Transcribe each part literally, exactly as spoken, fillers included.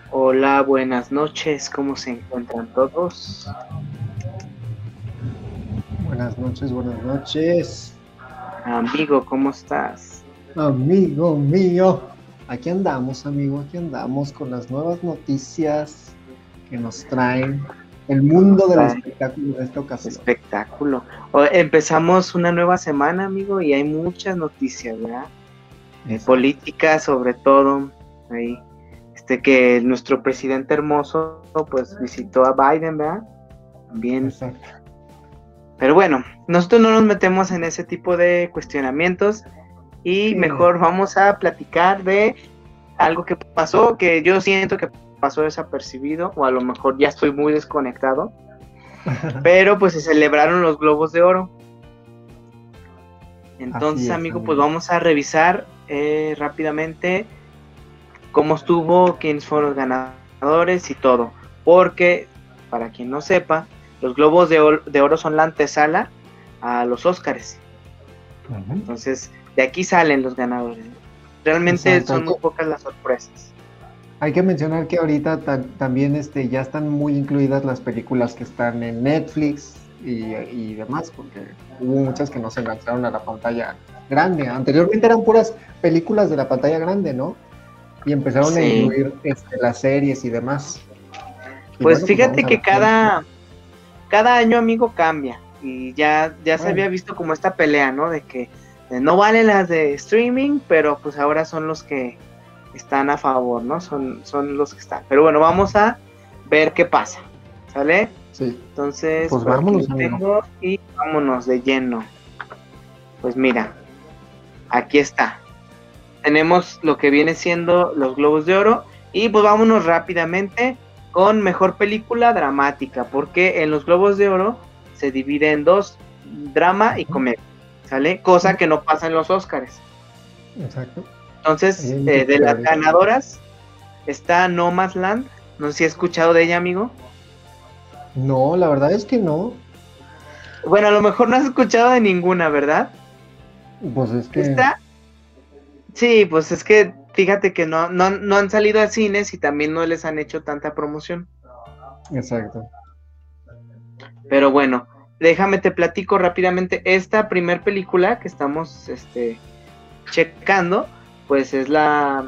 Hola, buenas noches, ¿cómo se encuentran todos? Buenas noches, buenas noches, Amigo, ¿cómo estás? amigo mío. Aquí andamos, amigo, aquí andamos con las nuevas noticias que nos traen el mundo del Ay, espectáculo de esta ocasión. espectáculo. O- empezamos una nueva semana, amigo, y hay muchas noticias, ¿verdad? Eh, Exacto. política, sobre todo, ahí, este que nuestro presidente hermoso, pues visitó a Biden, ¿verdad? También. Exacto. Pero bueno, nosotros no nos metemos en ese tipo de cuestionamientos y Sí. mejor vamos a platicar de algo que pasó, que yo siento que pasó desapercibido, o a lo mejor ya estoy muy desconectado, pero pues se celebraron los Globos de Oro. Así Entonces, es, amigo, pues amigo. vamos a revisar eh, rápidamente cómo estuvo, quiénes fueron los ganadores y todo. Porque, para quien no sepa, los Globos de Oro, de Oro son la antesala a los Óscares. Ujú. Entonces, de aquí salen los ganadores. Realmente Exacto. Hay son que, muy pocas las sorpresas. hay que mencionar que ahorita ta- también este, ya están muy incluidas las películas que están en Netflix y, y demás, porque hubo muchas que no se lanzaron a la pantalla grande. Anteriormente eran puras películas de la pantalla grande, ¿no? Y empezaron a Sí. incluir este, las series y demás. Y Pues bueno, pues fíjate vamos a que ver qué nos cada, cada año, amigo, cambia. Y ya, ya se trae. había visto como esta pelea, ¿no? De que eh, no valen las de streaming, pero pues ahora son los que están a favor, ¿no? Son, son los que están. Pero bueno, vamos a ver qué pasa. ¿Sale? Sí, Entonces, pues por aquí lo vámonos, amigo. tengo y vámonos de lleno. Pues mira, aquí está. Tenemos lo que viene siendo los Globos de Oro y pues vámonos rápidamente con mejor película dramática, porque en los Globos de Oro se divide en dos, drama y Ujú. comedia, ¿sale? Cosa que no pasa en los Oscars. Exacto. Ahí Entonces, hay muchas eh, de las categorías. ganadoras está Nomadland, no sé si has escuchado de ella, amigo. No, la verdad es que no. Bueno, a lo mejor no has escuchado de ninguna, ¿verdad? Pues es que, Esta, sí, pues es que fíjate que no, no, no han salido a cines y también no les han hecho tanta promoción. exacto. Pero bueno, déjame te platico rápidamente. Esta primer película que estamos este, checando, pues es la...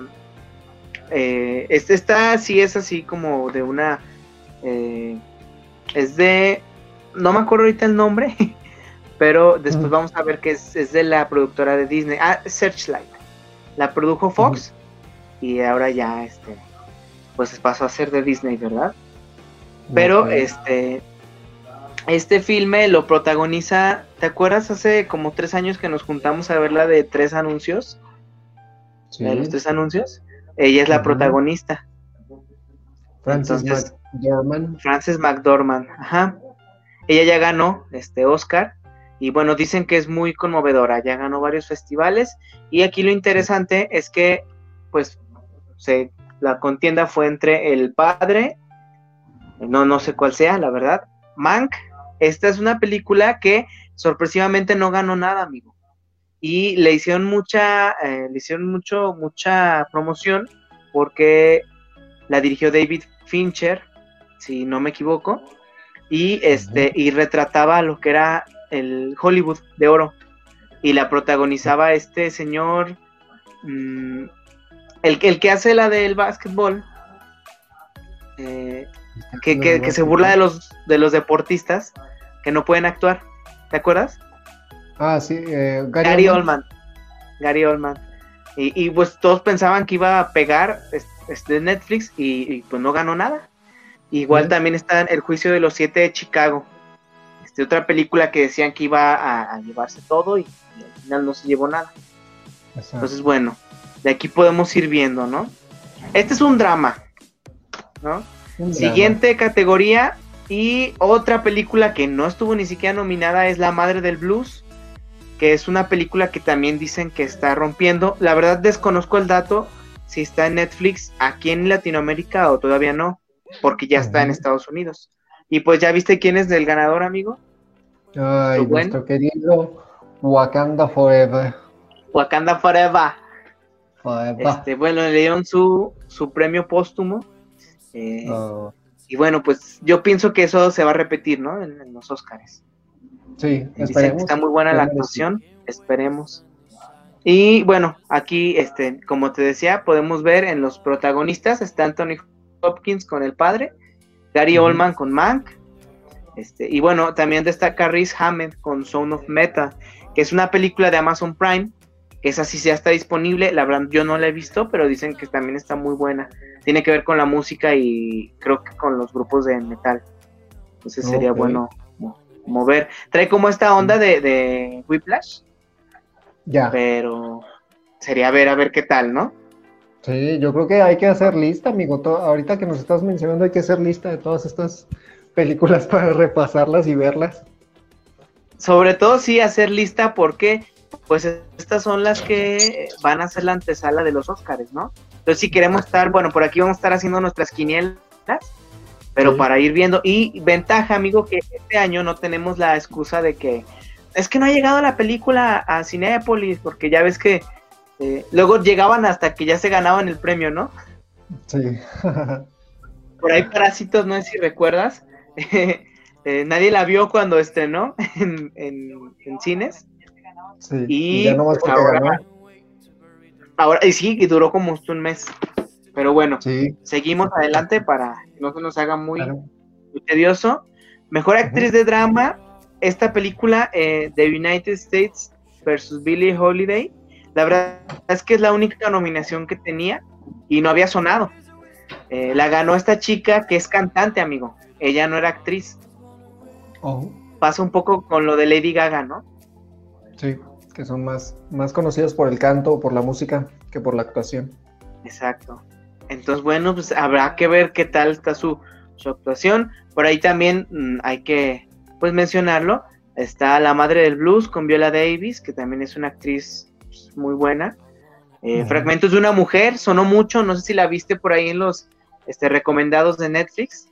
Eh, este esta sí es así como de una... Eh, es de... No me acuerdo ahorita el nombre, pero después Ujú, vamos a ver que es, es de la productora de Disney. Ah, Searchlight. La produjo ujú. Fox y ahora ya este, pues pasó a ser de Disney, ¿verdad? Ok. Pero este, este filme lo protagoniza, ¿te acuerdas hace como tres años que nos juntamos a ver la de tres anuncios? La de los Sí. tres anuncios. Ella es la Ujú. protagonista. Francis Entonces, McDormand. Frances McDormand, ajá. Ella ya ganó este Oscar y bueno, dicen que es muy conmovedora, ya ganó varios festivales y aquí lo Sí. interesante es que pues se, la contienda fue entre el padre, no, no sé cuál sea, la verdad, Mank. Esta es una película que sorpresivamente no ganó nada, amigo. Y le hicieron mucha, eh, le hicieron mucho, mucha promoción porque la dirigió David Fincher, si no me equivoco, y Ujú. este, y retrataba lo que era el Hollywood de oro. Y la protagonizaba este señor, mmm, el, el que hace la del básquetbol, eh, que, La del que, que se burla de básquetbol. los, de los deportistas que no pueden actuar. ¿Te acuerdas? Ah, sí, eh, Gary Gary Oldman. Oldman. Gary Oldman. Y, y pues todos pensaban que iba a pegar este Netflix y, y pues no ganó nada. Igual Sí. también está El juicio de los siete de Chicago. Este, otra película que decían que iba a, a llevarse todo y, y al final no se llevó nada. Entonces, Exacto. bueno, de aquí podemos ir viendo, ¿no? Este es un drama, ¿no? Un drama. Siguiente categoría y otra película que no estuvo ni siquiera nominada es La Madre del Blues, que es una película que también dicen que está rompiendo. La verdad desconozco el dato si está en Netflix aquí en Latinoamérica o todavía no, porque ya está en Ujú. Estados Unidos. Y pues ya viste quién es el ganador, amigo. Nuestro Ay, buen nuestro querido Wakanda Forever. Wakanda Forever. Forever. Este, bueno, le dieron su, su premio póstumo Eh, Ah, y bueno, pues yo pienso que eso se va a repetir, ¿no? En, en los Óscares. sí, Dicen que está esperemos. muy buena Qué la merecido. actuación, esperemos. Y bueno, aquí, este, como te decía, podemos ver en los protagonistas, está Anthony Hopkins con el padre, Gary Ujú. Oldman con Mank, este, y bueno, también destaca Riz Ahmed con Sound of Metal, que es una película de Amazon Prime, que esa sí ya está disponible, la verdad yo no la he visto, pero dicen que también está muy buena, tiene que ver con la música y creo que con los grupos de metal, entonces sería Ok. bueno mo- mover, trae como esta onda de, de Whiplash, Ya. pero sería ver a ver qué tal, ¿no? Sí, yo creo que hay que hacer lista, amigo. To- ahorita que nos estás mencionando, hay que hacer lista de todas estas películas para repasarlas y verlas. Sobre todo sí hacer lista porque pues estas son las que van a ser la antesala de los Óscares, ¿no? Entonces si queremos estar, bueno, por aquí vamos a estar haciendo nuestras quinielas, pero Sí. para ir viendo, y ventaja, amigo, que este año no tenemos la excusa de que es que no ha llegado la película a Cinépolis, porque ya ves que eh, luego llegaban hasta que ya se ganaban el premio, ¿no? Sí. Por ahí Parásitos, no sé si recuerdas, eh, nadie la vio cuando estrenó en, en, en cines, Sí. Y ya y nomás pues porque ahora, ganó. ahora, y sí, y duró como un mes, pero bueno, Sí. seguimos adelante para que no se nos haga muy, Claro. muy tedioso. Mejor Ujú. actriz de drama, esta película, eh, The United States versus Billie Holiday, la verdad es que es la única nominación que tenía y no había sonado. Eh, la ganó esta chica que es cantante, amigo. Ella no era actriz. Oh, Pasa un poco con lo de Lady Gaga, ¿no? sí. Que son más, más conocidas por el canto o por la música que por la actuación. Exacto. Entonces, bueno, pues habrá que ver qué tal está su, su actuación. Por ahí también mmm, hay que, pues, mencionarlo. Está La Madre del Blues con Viola Davis, que también es una actriz pues, muy buena. Eh, Ujú. Fragmentos de una mujer, sonó mucho, no sé si la viste por ahí en los este, recomendados de Netflix.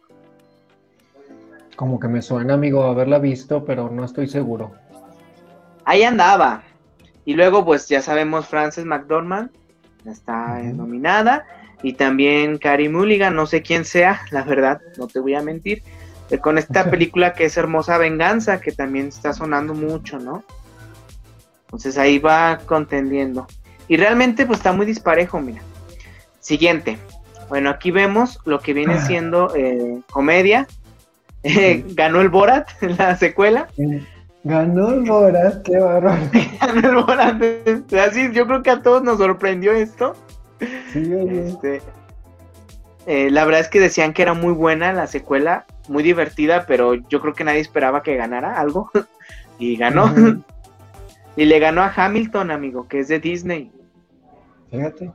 Como que me suena, amigo, haberla visto, pero no estoy seguro. Ahí andaba. Y luego, pues ya sabemos, Frances McDormand está eh, Ujú. nominada. Y también Carey Mulligan, no sé quién sea, la verdad, no te voy a mentir. Eh, con esta película que es Hermosa Venganza, que también está sonando mucho, ¿no? Entonces ahí va contendiendo. Y realmente, pues está muy disparejo, mira. Siguiente. Bueno, aquí vemos lo que viene siendo eh, comedia. Eh, Ok. ganó el Borat, la secuela. Mm. Ganó el Borat, qué bárbaro. Ganó el Borat. Así, yo creo que a todos nos sorprendió esto. Sí, oye. Este, eh, la verdad es que decían que era muy buena la secuela, muy divertida, pero yo creo que nadie esperaba que ganara algo. Y ganó. Ujú. Y le ganó a Hamilton, amigo, que es de Disney. Fíjate.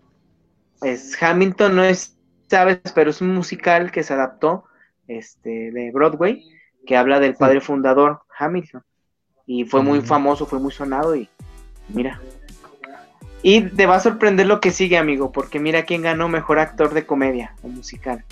Es, Hamilton no es, sabes, pero es un musical que se adaptó este, de Broadway, que habla del Sí. padre fundador, Hamilton. Y fue muy Mm. famoso, fue muy sonado y mira. Y te va a sorprender lo que sigue, amigo, porque mira quién ganó mejor actor de comedia o musical.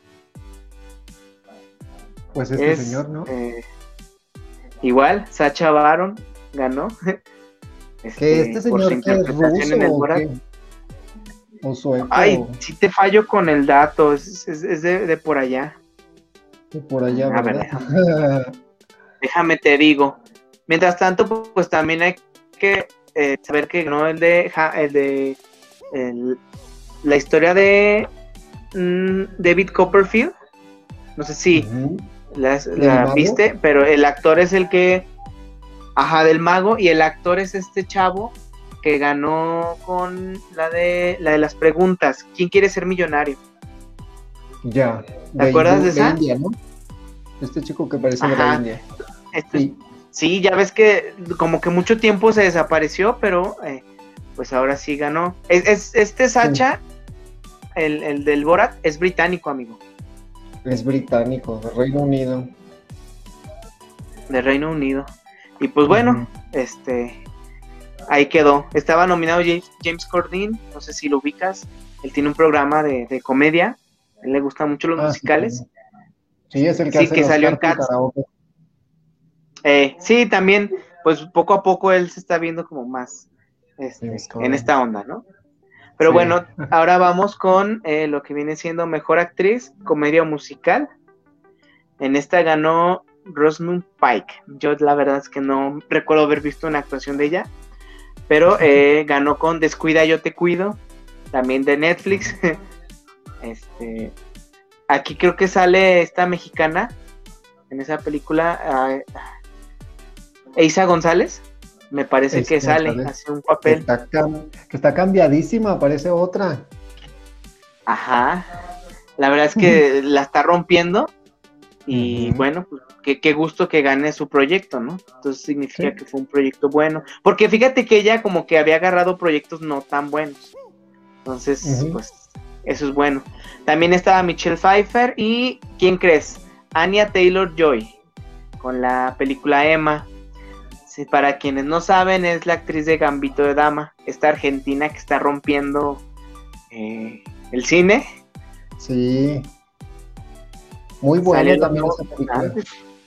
Pues este Es señor, ¿no? eh, igual, Sacha Baron ganó ¿Que este este, por su señor que es interpretación ruso en el o Borat. qué? ¿O sueco? Ay, si te fallo con el dato, es, es, es de, de, por allá. De por allá, A ver, ¿verdad? déjame, déjame te digo. Mientras tanto, pues también hay que eh, saber que ganó el de, el de el, la historia de mmm, David Copperfield. No sé si Ujú. la, ¿Del la mago? viste, pero el actor es el que, ajá, del mago, y el actor es este chavo que ganó con la de la de las preguntas. ¿Quién quiere ser millonario? Ya, ¿Te de, acuerdas de Hindú- de esa? India, ¿no? Este chico que parece de la Ajá. India. Esto es, Sí. sí, ya ves que como que mucho tiempo se desapareció, pero eh, pues ahora sí ganó. Es, es este Sí. Sacha, el, el del Borat, es británico, amigo, Es británico, de Reino Unido. de Reino Unido. Y pues bueno, Ujú. este, ahí quedó. Estaba nominado James, James Corden, no sé si lo ubicas. Él tiene un programa de, de comedia. A él le gustan mucho los Ah, sí, musicales. claro. Sí, es el que Sí, hace que los salió en Carpool Cats. Karaoke. Eh, sí, también, pues poco a poco él se está viendo como más este, James en Corden. esta onda, ¿no? Pero Sí. bueno, ahora vamos con eh, lo que viene siendo mejor actriz, comedia musical. En esta ganó Rosamund Pike. Yo la verdad es que no recuerdo haber visto una actuación de ella, pero eh, ganó con Descuida, yo te cuido, también de Netflix. este, aquí creo que sale esta mexicana en esa película, uh, Eiza González, me parece Eiza que sale, González, hace un Que papel. está, cam- que está cambiadísima, parece otra. Ajá, la verdad es que la está rompiendo. Y Ujú. bueno, pues qué, qué gusto que gane su proyecto, ¿no? Entonces significa Sí. que fue un proyecto bueno. Porque fíjate que ella como que había agarrado proyectos no tan buenos. Entonces, Ujú. pues, eso es bueno. También estaba Michelle Pfeiffer y, ¿quién crees? Anya Taylor-Joy, con la película Emma. Sí, para quienes no saben, es la actriz de Gambito de Dama, esta argentina que está rompiendo eh, el cine. Sí. Muy buena Salió en los también nuevos esa película. mutantes.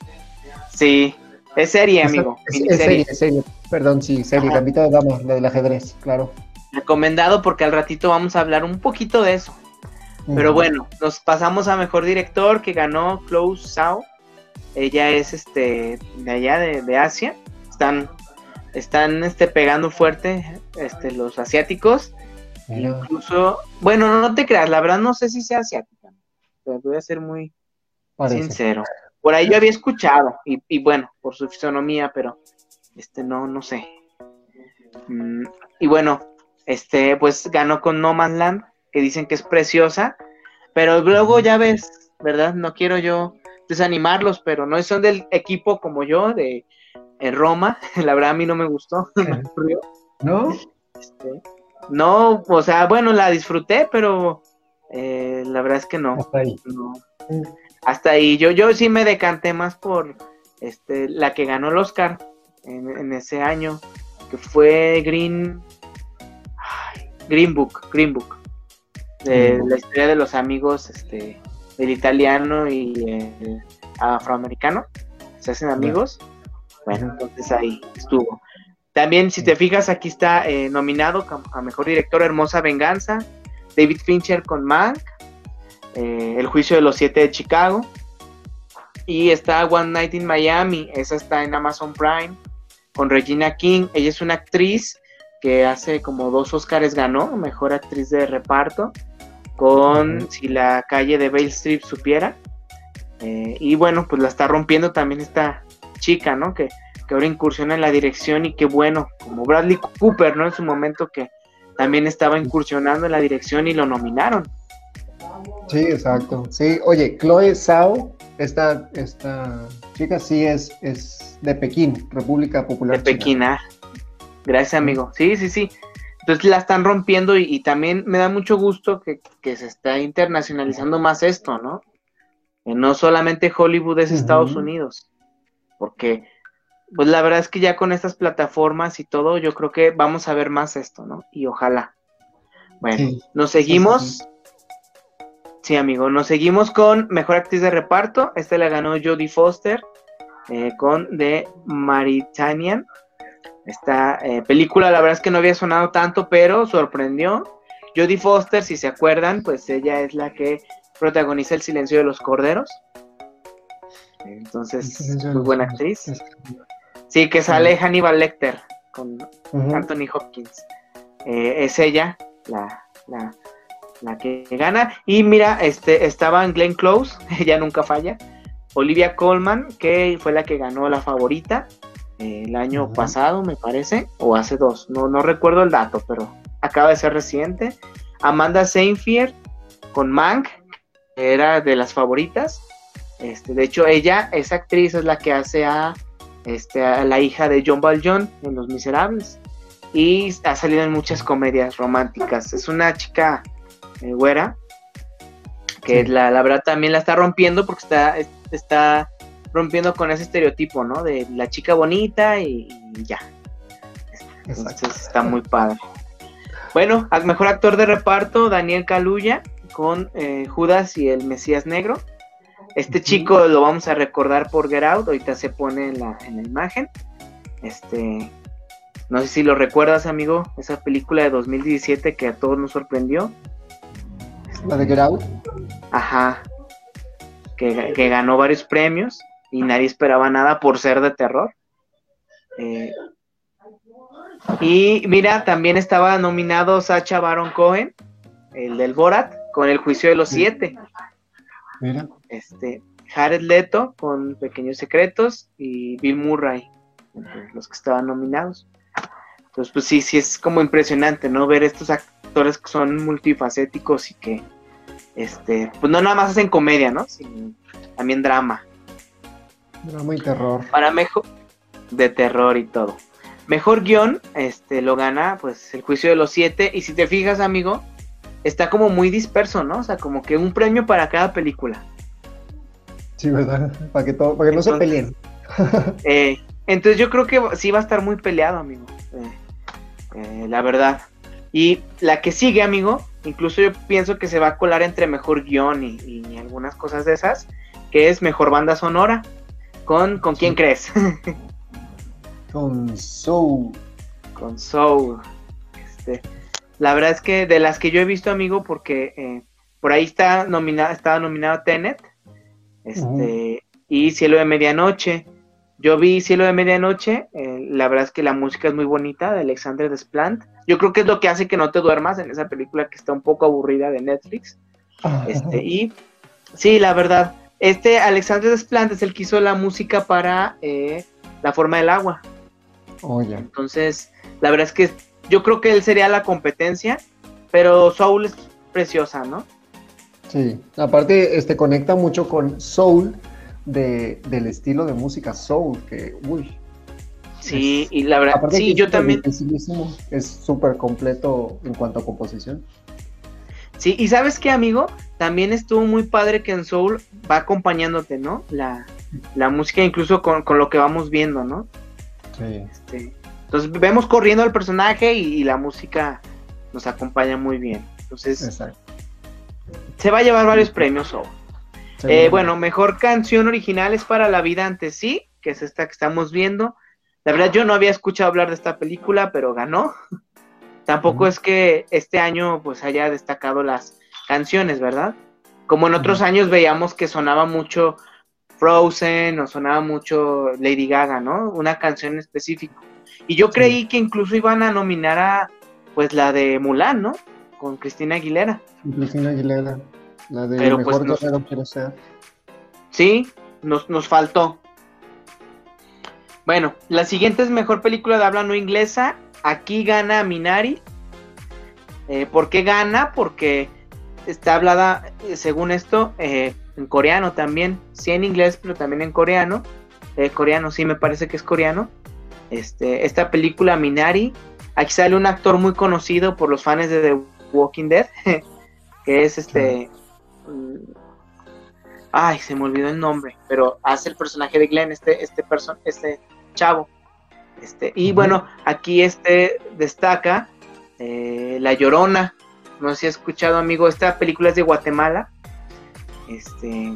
Sí, es serie, Esa- amigo, es, es miniserie. serie, es serie. Perdón, sí, serie. Ajá. Gambito de Dama, la del ajedrez, claro. Recomendado porque al ratito vamos a hablar un poquito de eso. Pero Ujú. bueno, nos pasamos a mejor director que ganó Chloe Zhao. Ella es este de allá de, de Asia. Están, están este, pegando fuerte este, los asiáticos. Mira, Incluso, bueno, no, no te creas, la verdad no sé si sea asiática. Te voy a ser muy parece. sincero. Por ahí yo había escuchado, y, y bueno, por su fisonomía, pero este no, no sé. Mm, y bueno, este, pues ganó con No Man's Land, que dicen que es preciosa, pero luego ya ves, ¿verdad? No quiero yo desanimarlos, pero no son del equipo como yo, de en Roma, la verdad a mí no me gustó, no me aburrió. ¿No? Este, no, o sea, bueno, la disfruté, pero eh, la verdad es que no, Hasta ahí. no. Hasta ahí, yo, yo sí me decanté más por este, la que ganó el Oscar en, en ese año, que fue Green, ay, Green Book, Green Book, de Green Book. la historia de los amigos este, del italiano y el afroamericano, se hacen amigos. Bueno, entonces ahí estuvo. También, si te fijas, aquí está eh, nominado a Mejor Director Hermosa Venganza, David Fincher con Mank, eh, El Juicio de los Siete de Chicago, y está One Night in Miami, esa está en Amazon Prime, con Regina King. Ella es una actriz que hace como dos Oscars ganó, Mejor Actriz de Reparto, con uh-huh. Si la calle de Bale Street supiera, eh, y bueno, pues la está rompiendo también esta chica, ¿no? Que, que ahora incursiona en la dirección, y qué bueno, como Bradley Cooper, ¿no? En su momento que también estaba incursionando en la dirección y lo nominaron. Sí, exacto. Sí, oye, Chloe Zhao, esta, esta chica sí es, es de Pekín, República Popular De Pekín, ah. Gracias, amigo. Sí, sí, sí. Entonces la están rompiendo, y, y también me da mucho gusto que, que se está internacionalizando más esto, ¿no? Que no solamente Hollywood es uh-huh. Estados Unidos, porque pues la verdad es que ya con estas plataformas y todo, yo creo que vamos a ver más esto, ¿no? Y ojalá. Bueno, sí. Nos seguimos. Sí, sí, sí. Sí, amigo, nos seguimos con Mejor Actriz de Reparto. Esta la ganó Jodie Foster eh, con The Mauritanian. Esta eh, película, la verdad es que no había sonado tanto, pero sorprendió. Jodie Foster, si se acuerdan, pues ella es la que protagoniza El Silencio de los Corderos. Entonces, muy buena actriz. Sí, que sale Hannibal Lecter con uh-huh. Anthony Hopkins. Eh, es ella la, la, la que gana. Y mira, este, estaban Glenn Close, ella nunca falla. Olivia Colman, que fue la que ganó La Favorita eh, el año uh-huh. pasado, me parece, o hace dos, no, no recuerdo el dato, pero acaba de ser reciente. Amanda Seyfried con Mank, que era de las favoritas. Este, de hecho, ella, esa actriz es la que hace a, este, a la hija de John Valjean en Los Miserables, y ha salido en muchas comedias románticas. Es una chica eh, güera que sí. la, la verdad también la está rompiendo, porque está, está rompiendo con ese estereotipo, ¿no? De la chica bonita y, y ya. Entonces Exacto. Está muy padre. Bueno, al mejor actor de reparto, Daniel Kaluuya con eh, Judas y el Mesías Negro. Este chico lo vamos a recordar por Get Out, ahorita se pone en la, en la imagen. Este, No sé si lo recuerdas, amigo, esa película de dos mil diecisiete que a todos nos sorprendió. ¿La de Get Out? Ajá, que, que ganó varios premios y nadie esperaba nada por ser de terror. Eh, y mira, también estaba nominado Sacha Baron Cohen, el del Borat, con El Juicio de los Siete. Mira. Este, Jared Leto con Pequeños Secretos y Bill Murray, entre los que estaban nominados. Entonces, pues sí, sí es como impresionante, ¿no? Ver estos actores que son multifacéticos y que, este, pues no nada más hacen comedia, ¿no? Sino también drama. Drama y terror. Para mejor, de terror y todo. Mejor guión, este, lo gana, pues, El Juicio de los Siete. Y si te fijas, amigo, está como muy disperso, ¿no? O sea, como que un premio para cada película. Sí, ¿verdad? Para que, todo, para que entonces, no se peleen. Eh, entonces yo creo que sí va a estar muy peleado, amigo. Eh, eh, la verdad. Y la que sigue, amigo, incluso yo pienso que se va a colar entre mejor guión y, y algunas cosas de esas, que es mejor banda sonora. ¿Con, con quién sí. crees? Con Soul. Con Soul. Este, la verdad es que de las que yo he visto, amigo, porque eh, por ahí está nominada, estaba nominado Tenet, este, uh-huh. y Cielo de Medianoche. Yo vi Cielo de Medianoche, eh, la verdad es que la música es muy bonita, de Alexandre Desplat. Yo creo que es lo que hace que no te duermas en esa película que está un poco aburrida de Netflix. Uh-huh. Este, y sí, la verdad, este Alexandre Desplat es el que hizo la música para eh, La Forma del Agua. Oh, yeah. Entonces, la verdad es que yo creo que él sería la competencia, pero Soul es preciosa, ¿no? Sí, aparte este conecta mucho con Soul de, del estilo de música Soul, que uy. Sí, es, y la verdad, sí, yo también. Es súper completo en cuanto a composición. Sí, y ¿sabes qué, amigo? También estuvo muy padre que en Soul va acompañándote, ¿no? La, la música incluso con, con lo que vamos viendo, ¿no? Sí. Este, entonces vemos corriendo al personaje y, y la música nos acompaña muy bien. Entonces, exacto. Se va a llevar varios premios Soul. Eh, bueno, mejor canción original es para La Vida Antes Sí, que es esta que estamos viendo. La verdad yo no había escuchado hablar de esta película, pero ganó. Tampoco uh-huh. es que este año pues haya destacado las canciones, ¿verdad? Como en otros uh-huh. años veíamos que sonaba mucho Frozen o sonaba mucho Lady Gaga, ¿no? Una canción específica. Y yo sí. creí que incluso iban a nominar a pues la de Mulan, ¿no? Con Cristina Aguilera. Cristina Aguilera, la de Pero, Mejor pues, Guerrero nos... Quiero Ser. Sí, nos, nos faltó. Bueno, la siguiente es mejor película de habla no inglesa. Aquí gana Minari. Eh, ¿Por qué gana? Porque está hablada, según esto, eh, en coreano también. Sí en inglés, pero también en coreano. Eh, coreano, sí, me parece que es coreano. Este, esta película Minari. Aquí sale un actor muy conocido por los fans de The Walking Dead. Que es este... Sí. Ay, se me olvidó el nombre. Pero hace el personaje de Glenn, este, este, perso- este chavo. Este, y uh-huh. bueno, aquí este destaca eh, La Llorona. No sé si has escuchado, amigo. Esta película es de Guatemala. Este...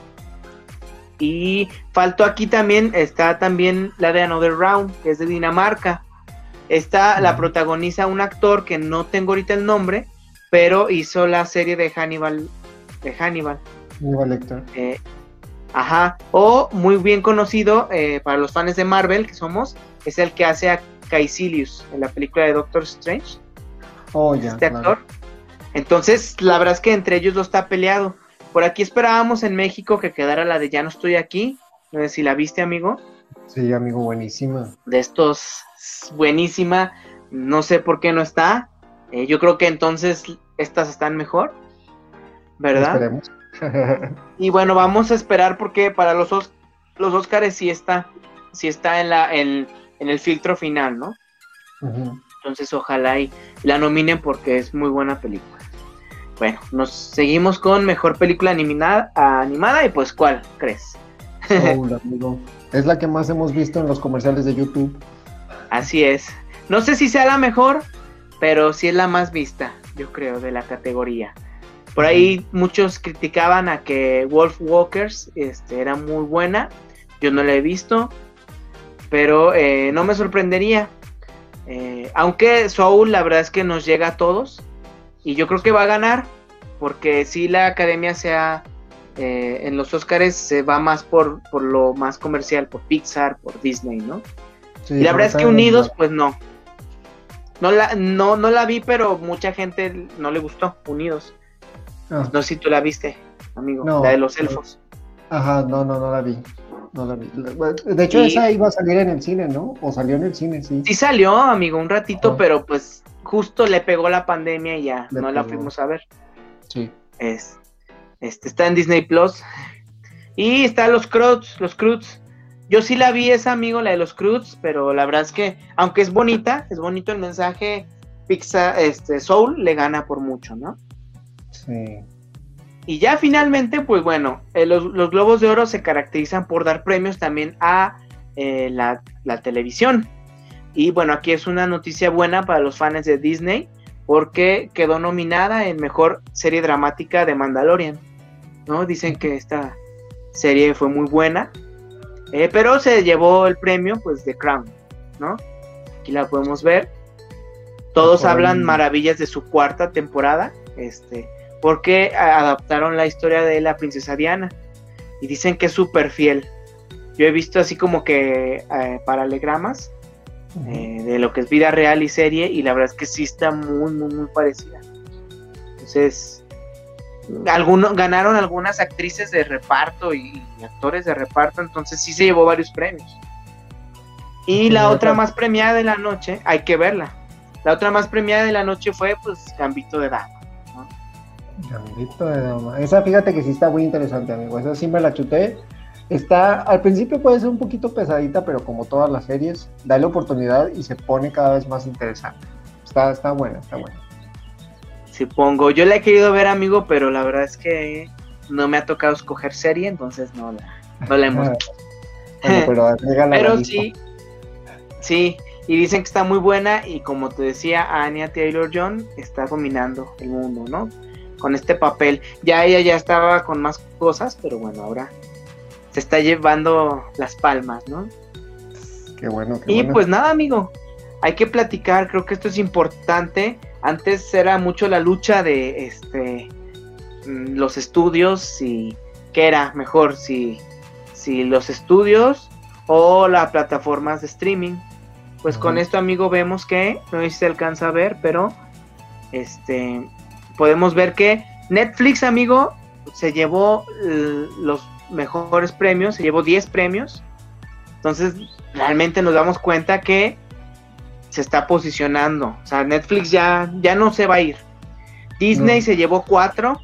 Y faltó aquí también, está también la de Another Round, que es de Dinamarca. Esta uh-huh. la protagoniza un actor que no tengo ahorita el nombre, pero hizo la serie de Hannibal. De Hannibal. Hannibal Lecter. Eh, ajá. O muy bien conocido eh, para los fans de Marvel que somos, es el que hace a Caecilius en la película de Doctor Strange. Oh, ya. Este claro. actor. Entonces, la verdad es que entre ellos dos está peleado. Por aquí esperábamos en México que quedara la de Ya no estoy aquí. No sé si la viste, amigo. Sí, amigo, buenísima. De estos, buenísima. No sé por qué no está. Eh, yo creo que entonces estas están mejor, ¿verdad? Esperemos. Y bueno, vamos a esperar porque para los, os- los Óscares sí está, sí está en, la, en, en el filtro final, ¿no? Uh-huh. Entonces ojalá y la nominen porque es muy buena película. Bueno, nos seguimos con mejor película animada, animada y pues ¿cuál crees? Soul, amigo. Es la que más hemos visto en los comerciales de YouTube. Así es. No sé si sea la mejor, pero sí es la más vista, yo creo, de la categoría. Por ahí uh-huh. muchos criticaban a que Wolf Walkers este, era muy buena. Yo no la he visto, pero eh, no me sorprendería. Eh, aunque Soul, la verdad es que nos llega a todos. Y yo creo que va a ganar. Porque sí, la academia sea eh, en los Óscares se va más por, por lo más comercial, por Pixar, por Disney, ¿no? Sí, y la sobre verdad es que todo en Unidos, los- pues no. No la, no, no la vi, pero mucha gente no le gustó, Unidos. Ah, No sé si tú la viste, amigo, la no, de los no, elfos. ajá, no, no, no la vi. No la vi. La- De hecho, Y esa iba a salir en el cine, ¿no? O salió en el cine, sí. sí salió, amigo, un ratito, Ajá, pero pues justo le pegó la pandemia y ya le no la pegó. fuimos a ver. Sí. Es, este, está en Disney Plus. Y está los Croods, los Croods. Yo sí la vi esa, amigo, la de los Croods, pero la verdad es que, aunque es bonita, es bonito el mensaje, Pixar, este, Soul le gana por mucho, ¿no? Sí. Y ya finalmente, pues bueno, eh, los, los Globos de Oro se caracterizan por dar premios también a eh, la, la televisión. Y bueno, aquí es una noticia buena para los fans de Disney, porque quedó nominada en Mejor Serie Dramática de Mandalorian, ¿no? Dicen que esta serie fue muy buena, eh, pero se llevó el premio, pues, de Crown, ¿no? Aquí la podemos ver. Todos Mejor hablan anime. maravillas de su cuarta temporada, este, porque adaptaron la historia de la princesa Diana y dicen que es súper fiel. Yo he visto así como que eh, paralegramas Ujú. eh, de lo que es vida real y serie, y la verdad es que sí está muy, muy, muy parecida. Entonces, algunos ganaron algunas actrices de reparto y, y actores de reparto, entonces sí se llevó varios premios. Y la otra más premiada de la noche, hay que verla. La otra más premiada de la noche fue, pues, Gambito de Dama, ¿no? Gambito de Dama. Esa, fíjate que sí está muy interesante, amigo. Esa sí me la chuté. Está, al principio puede ser un poquito pesadita, pero como todas las series, dale oportunidad y se pone cada vez más interesante. Está, está buena, está buena. Supongo, yo la he querido ver, amigo, pero la verdad es que no me ha tocado escoger serie, entonces no la, no la hemos visto. Bueno, pero agrégala a la Pero lista. sí, sí, y dicen que está muy buena, y como te decía, Anya Taylor-Joy está dominando el mundo, ¿no? Con este papel. Ya ella ya estaba con más cosas, pero bueno, ahora se está llevando las palmas, ¿no? Qué bueno, qué Y bueno. pues nada, amigo, hay que platicar, creo que esto es importante. Antes era mucho la lucha de este mm, los estudios, y qué era mejor, si, si los estudios o las plataformas de streaming. Pues con Ujú. esto, amigo, vemos que, no sé si se alcanza a ver, pero este podemos ver que Netflix, amigo, se llevó l- los mejores premios, se llevó diez premios. Entonces, realmente nos damos cuenta que se está posicionando. O sea, Netflix ya, ya no se va a ir. Disney No. se llevó cuatro.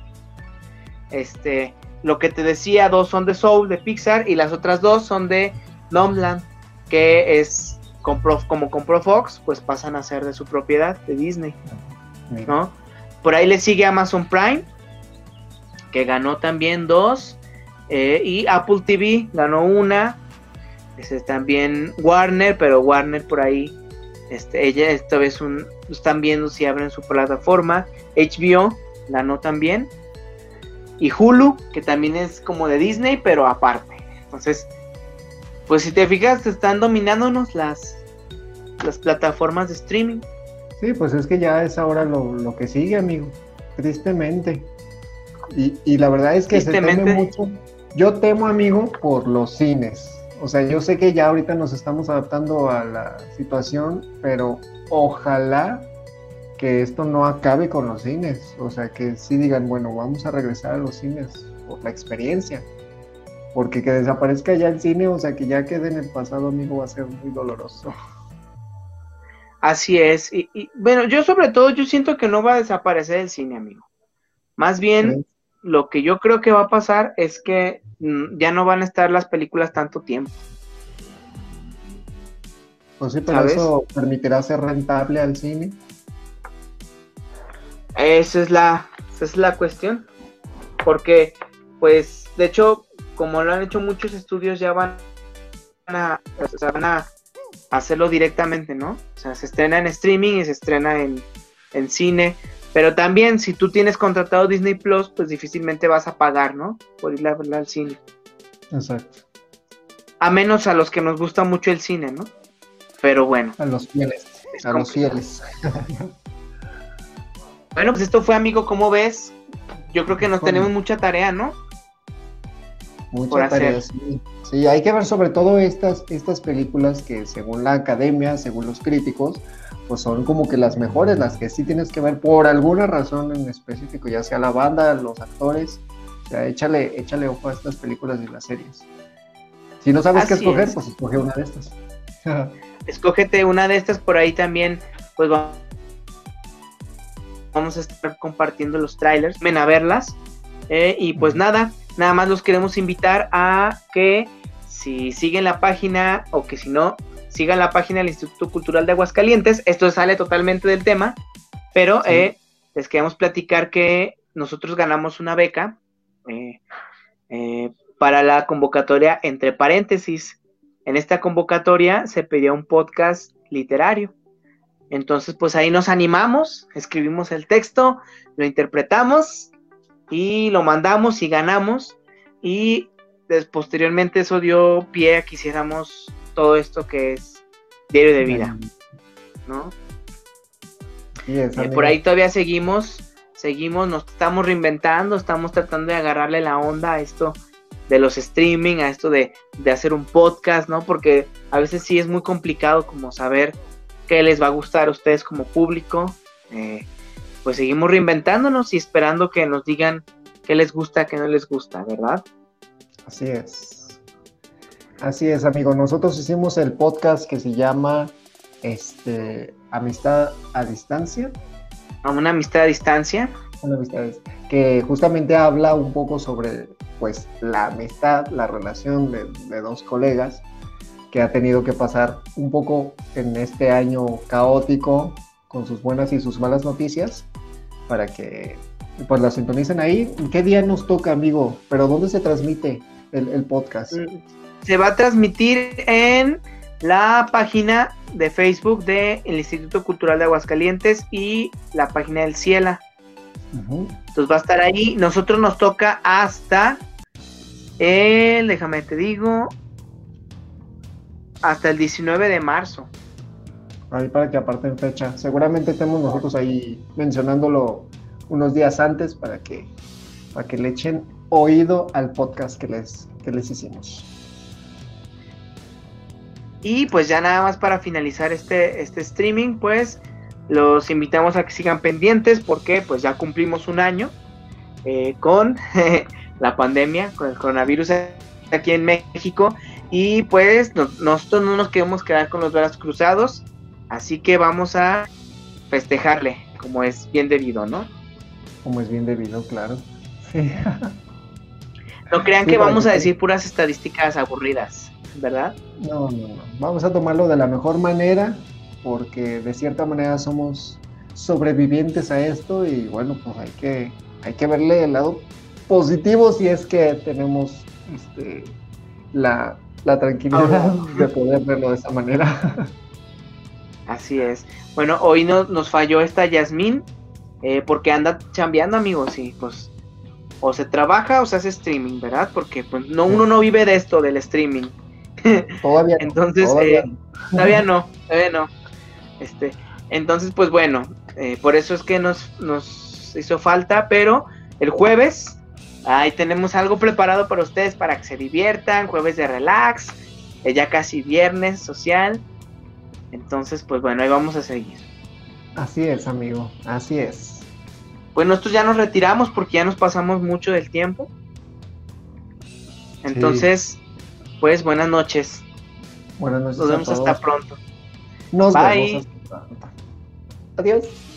Este, lo que te decía, dos son de Soul, de Pixar, y las otras dos son de Nomadland, que es compró, como compró Fox, pues pasan a ser de su propiedad, de Disney, Mira. ¿no? Por ahí le sigue Amazon Prime, que ganó también dos, eh, y Apple T V ganó una. Este, también Warner, pero Warner por ahí, este, ella esta vez un, están viendo si abren su plataforma. H B O ganó también, y Hulu, que también es como de Disney, pero aparte. Entonces, pues si te fijas, están dominándonos las, las plataformas de streaming. Sí, pues es que ya es ahora lo, lo que sigue, amigo. Tristemente. Y, y la verdad es que se teme Tristemente. mucho. Yo temo, amigo, por los cines. O sea, yo sé que ya ahorita nos estamos adaptando a la situación, pero ojalá que esto no acabe con los cines. O sea, que sí digan, bueno, vamos a regresar a los cines por la experiencia. Porque que desaparezca ya el cine, o sea, que ya quede en el pasado, amigo, va a ser muy doloroso. Así es. Y, y bueno, yo sobre todo, yo siento que no va a desaparecer el cine, amigo. Más bien, ¿Crees? lo que yo creo que va a pasar es que mm, ya no van a estar las películas tanto tiempo, Pues sí, pero ¿sabes? eso permitirá ser rentable al cine. Esa es la, esa es la cuestión. Porque, pues, de hecho, como lo han hecho muchos estudios, ya van a, o sea, van a hacerlo directamente, ¿no? O sea, se estrena en streaming y se estrena en, en cine. Pero también, si tú tienes contratado Disney Plus, pues difícilmente vas a pagar, ¿no? Por ir a verla al cine. Exacto. A menos a los que nos gusta mucho el cine, ¿no? Pero bueno, A los fieles. Es a los complicado. fieles. Bueno, pues esto fue, amigo, ¿cómo ves? Yo creo que nos Híjole. tenemos mucha tarea, ¿no? Por Mucha tarea, hacer. sí. Sí, hay que ver sobre todo estas, estas películas que según la academia, según los críticos, pues son como que las mejores, las que sí tienes que ver por alguna razón en específico, ya sea la banda, los actores. O sea, échale, échale ojo a estas películas y las series. Si no sabes qué Así escoger, es. pues escoge una de estas. Escógete una de estas por ahí también, pues va- vamos a estar compartiendo los trailers, ven a verlas. Eh, y pues Ujú. nada, nada más los queremos invitar a que si siguen la página o que si no, sigan la página del Instituto Cultural de Aguascalientes. Esto sale totalmente del tema, pero Sí. eh, les queremos platicar que nosotros ganamos una beca eh, eh, para la convocatoria entre paréntesis. En esta convocatoria se pedía un podcast literario. Entonces, pues ahí nos animamos, escribimos el texto, lo interpretamos y lo mandamos y ganamos. Y des, posteriormente eso dio pie a que hiciéramos todo esto que es Diario de Vida, ¿no? Sí, es, Eh, por ahí todavía seguimos, seguimos, nos estamos reinventando, estamos tratando de agarrarle la onda a esto de los streaming, a esto de, de hacer un podcast, ¿no? Porque a veces sí es muy complicado como saber qué les va a gustar a ustedes como público. Eh, pues seguimos reinventándonos y esperando que nos digan qué les gusta, qué no les gusta, ¿verdad? Así es. Así es, amigo. Nosotros hicimos el podcast que se llama este, Amistad a Distancia. A una amistad a distancia. Una amistad que justamente habla un poco sobre pues la amistad, la relación de, de dos colegas que ha tenido que pasar un poco en este año caótico con sus buenas y sus malas noticias para que pues la sintonicen ahí. ¿Qué día nos toca, amigo? ¿Pero dónde se transmite el, el podcast? Se va a transmitir en la página de Facebook del Instituto Cultural de Aguascalientes y la página del Ciela. Uh-huh. Entonces va a estar ahí. Nosotros nos toca hasta el, déjame te digo, hasta el diecinueve de marzo. Ahí para que aparten fecha. Seguramente tenemos nosotros ahí mencionándolo unos días antes para que, para que le echen oído al podcast que les, que les hicimos. Y pues ya nada más para finalizar este, este streaming, pues los invitamos a que sigan pendientes porque pues ya cumplimos un año eh, con la pandemia, con el coronavirus aquí en México. Y pues no, nosotros no nos queremos quedar con los brazos cruzados, así que vamos a festejarle como es bien debido, ¿no? Como es bien debido, claro. Sí. No crean sí, que vamos a decir puras estadísticas aburridas, ¿verdad? No, no, no. Vamos a tomarlo de la mejor manera, porque de cierta manera somos sobrevivientes a esto y bueno, pues hay que, hay que verle el lado positivo si es que tenemos este, la, la tranquilidad oh. de poder verlo de esa manera. Así es. Bueno, hoy no, nos falló esta Yasmín, eh, porque anda chambeando, amigos, y pues o se trabaja o se hace streaming, ¿verdad? Porque pues no, uno no vive de esto, del streaming. Todavía no. Entonces, todavía, eh, todavía no, todavía no. Este, entonces, pues bueno, eh, por eso es que nos, nos hizo falta, pero el jueves ahí tenemos algo preparado para ustedes para que se diviertan, jueves de relax, eh, ya casi viernes social. Entonces, pues bueno, ahí vamos a seguir. Así es, amigo, así es. Pues nosotros ya nos retiramos porque ya nos pasamos mucho del tiempo. Entonces, sí. Pues buenas noches. Buenas noches. Nos vemos hasta pronto. Nos Bye. vemos hasta pronto. Adiós.